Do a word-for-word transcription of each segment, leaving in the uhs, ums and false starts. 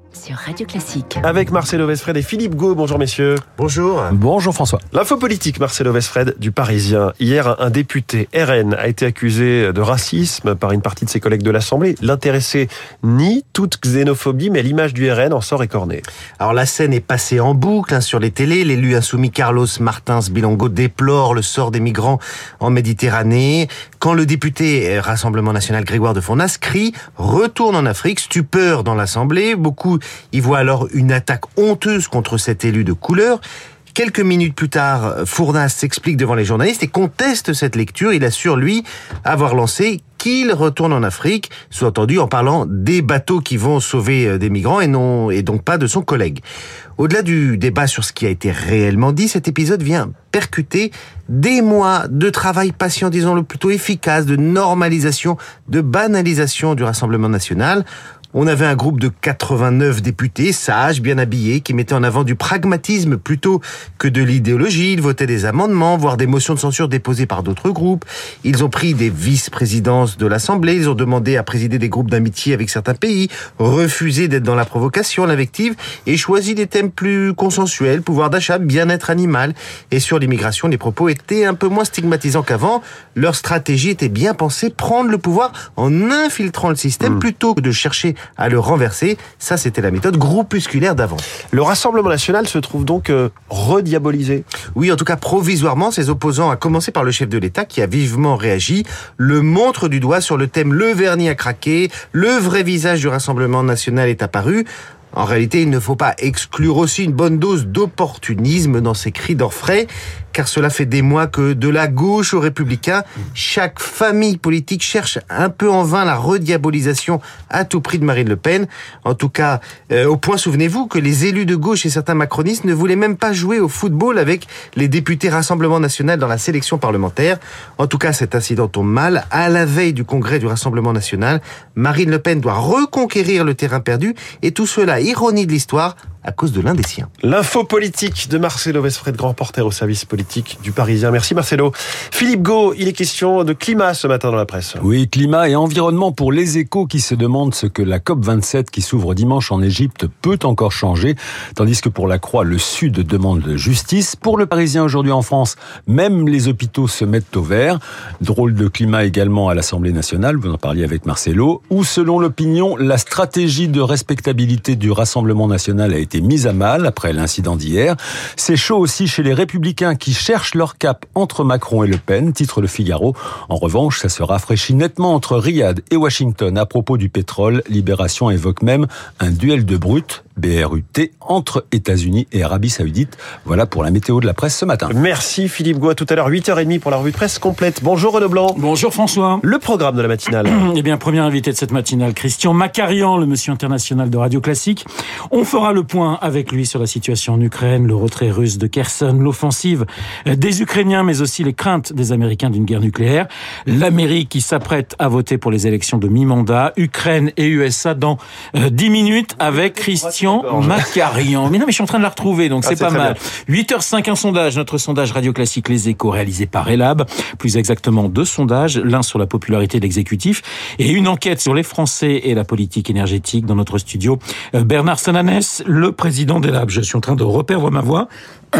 sur Radio Classique. Avec Marcelo Westfred et Philippe Gau. Bonjour messieurs. Bonjour. Bonjour François. L'info politique, Marcelo Westfred du Parisien. Hier, un député R N a été accusé de racisme par une partie de ses collègues de l'Assemblée. L'intéressé nie toute xénophobie, mais l'image du R N en sort écornée. Alors la scène est passée en boucle hein, sur les télés. L'élu insoumis Carlos Martins Bilongo déplore le sort des migrants en Méditerranée. Quand le député Rassemblement National Grégoire de Fournas crie « Retourne en Afrique », stupeur dans l'Assemblée. Beaucoup y voient alors une attaque honteuse contre cet élu de couleur. Quelques minutes plus tard, Fournas s'explique devant les journalistes et conteste cette lecture. Il assure, lui, avoir lancé qu'il retourne en Afrique, sous-entendu en parlant des bateaux qui vont sauver des migrants et non, et donc pas de son collègue. Au-delà du débat sur ce qui a été réellement dit, cet épisode vient percuter des mois de travail patient, disons-le plutôt efficace, de normalisation, de banalisation du Rassemblement national. On avait un groupe de quatre-vingt-neuf députés, sages, bien habillés, qui mettaient en avant du pragmatisme plutôt que de l'idéologie. Ils votaient des amendements, voire des motions de censure déposées par d'autres groupes. Ils ont pris des vice-présidences de l'Assemblée. Ils ont demandé à présider des groupes d'amitié avec certains pays, refusé d'être dans la provocation, l'invective, et choisi des thèmes plus consensuels, pouvoir d'achat, bien-être animal. Et sur l'immigration, les propos étaient un peu moins stigmatisants qu'avant. Leur stratégie était bien pensée, prendre le pouvoir en infiltrant le système, mmh. plutôt que de chercher à le renverser. Ça, c'était la méthode groupusculaire d'avant. Le Rassemblement national se trouve donc euh, rediabolisé. Oui, en tout cas provisoirement. Ses opposants, à commencer par le chef de l'État qui a vivement réagi, le montre du doigt sur le thème « Le vernis a craqué », le vrai visage du Rassemblement national est apparu. En réalité, il ne faut pas exclure aussi une bonne dose d'opportunisme dans ces cris d'orfraie, car cela fait des mois que de la gauche aux républicains, chaque famille politique cherche un peu en vain la rediabolisation à tout prix de Marine Le Pen. En tout cas, euh, au point, souvenez-vous, que les élus de gauche et certains macronistes ne voulaient même pas jouer au football avec les députés Rassemblement national dans la sélection parlementaire. En tout cas, cet incident tombe mal. À la veille du congrès du Rassemblement national, Marine Le Pen doit reconquérir le terrain perdu, et tout cela, ironie de l'histoire, à cause de l'un des siens. L'info politique de Marcelo Westfred, grand reporter au service politique du Parisien. Merci Marcelo. Philippe Gau, il est question de climat ce matin dans la presse. Oui, climat et environnement pour les Échos qui se demandent ce que la COP vingt-sept qui s'ouvre dimanche en Égypte peut encore changer, tandis que pour la Croix, le Sud demande justice. Pour le Parisien aujourd'hui en France, même les hôpitaux se mettent au vert. Drôle de climat également à l'Assemblée nationale, vous en parliez avec Marcelo, où selon l'opinion, la stratégie de respectabilité du Rassemblement national a été mise à mal après l'incident d'hier. C'est chaud aussi chez les Républicains qui cherchent leur cap entre Macron et Le Pen, titre Le Figaro. En revanche, ça se rafraîchit nettement entre Riyad et Washington à propos du pétrole. Libération évoque même un duel de brutes, B R U T, entre États-Unis et Arabie Saoudite. Voilà pour la météo de la presse ce matin. Merci Philippe Gau. À tout à l'heure, huit heures trente pour la revue de presse complète. Bonjour Renaud Blanc. Bonjour François. Le programme de la matinale. Eh bien, premier invité de cette matinale, Christian Macarian, le monsieur international de Radio Classique. On fera le point avec lui sur la situation en Ukraine, le retrait russe de Kherson, l'offensive des Ukrainiens, mais aussi les craintes des Américains d'une guerre nucléaire. L'Amérique qui s'apprête à voter pour les élections de mi-mandat. Ukraine et U S A dans dix minutes avec Christian Macarian. Mais non, mais je suis en train de la retrouver, donc c'est, ah, c'est pas mal. Bien. huit heures cinq, un sondage, notre sondage Radio Classique Les Échos réalisé par Elab. Plus exactement deux sondages, l'un sur la popularité de l'exécutif et une enquête sur les Français et la politique énergétique. Dans notre studio, Bernard Sananès, le président d'Elab. Je suis en train de reperdre ma voix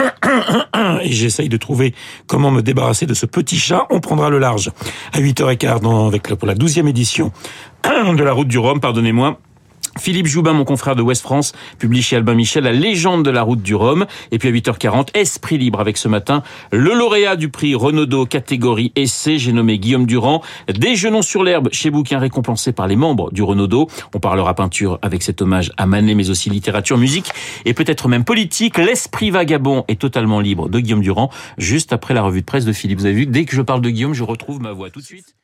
et j'essaye de trouver comment me débarrasser de ce petit chat. On prendra le large à huit heures quinze dans, avec, pour la douzième édition de la Route du Rhum, pardonnez-moi. Philippe Joubin, mon confrère de Ouest France, publie chez Albin Michel La légende de la route du Rhum. Et puis à huit heures quarante, Esprit libre avec ce matin le lauréat du prix Renaudot catégorie essai, j'ai nommé Guillaume Durand. Des genoux sur l'herbe chez Bouquin, récompensé par les membres du Renaudot. On parlera peinture avec cet hommage à Manet, mais aussi littérature, musique et peut-être même politique. L'esprit vagabond est totalement libre de Guillaume Durand, juste après la revue de presse de Philippe. Vous avez vu, dès que je parle de Guillaume, je retrouve ma voix tout de suite.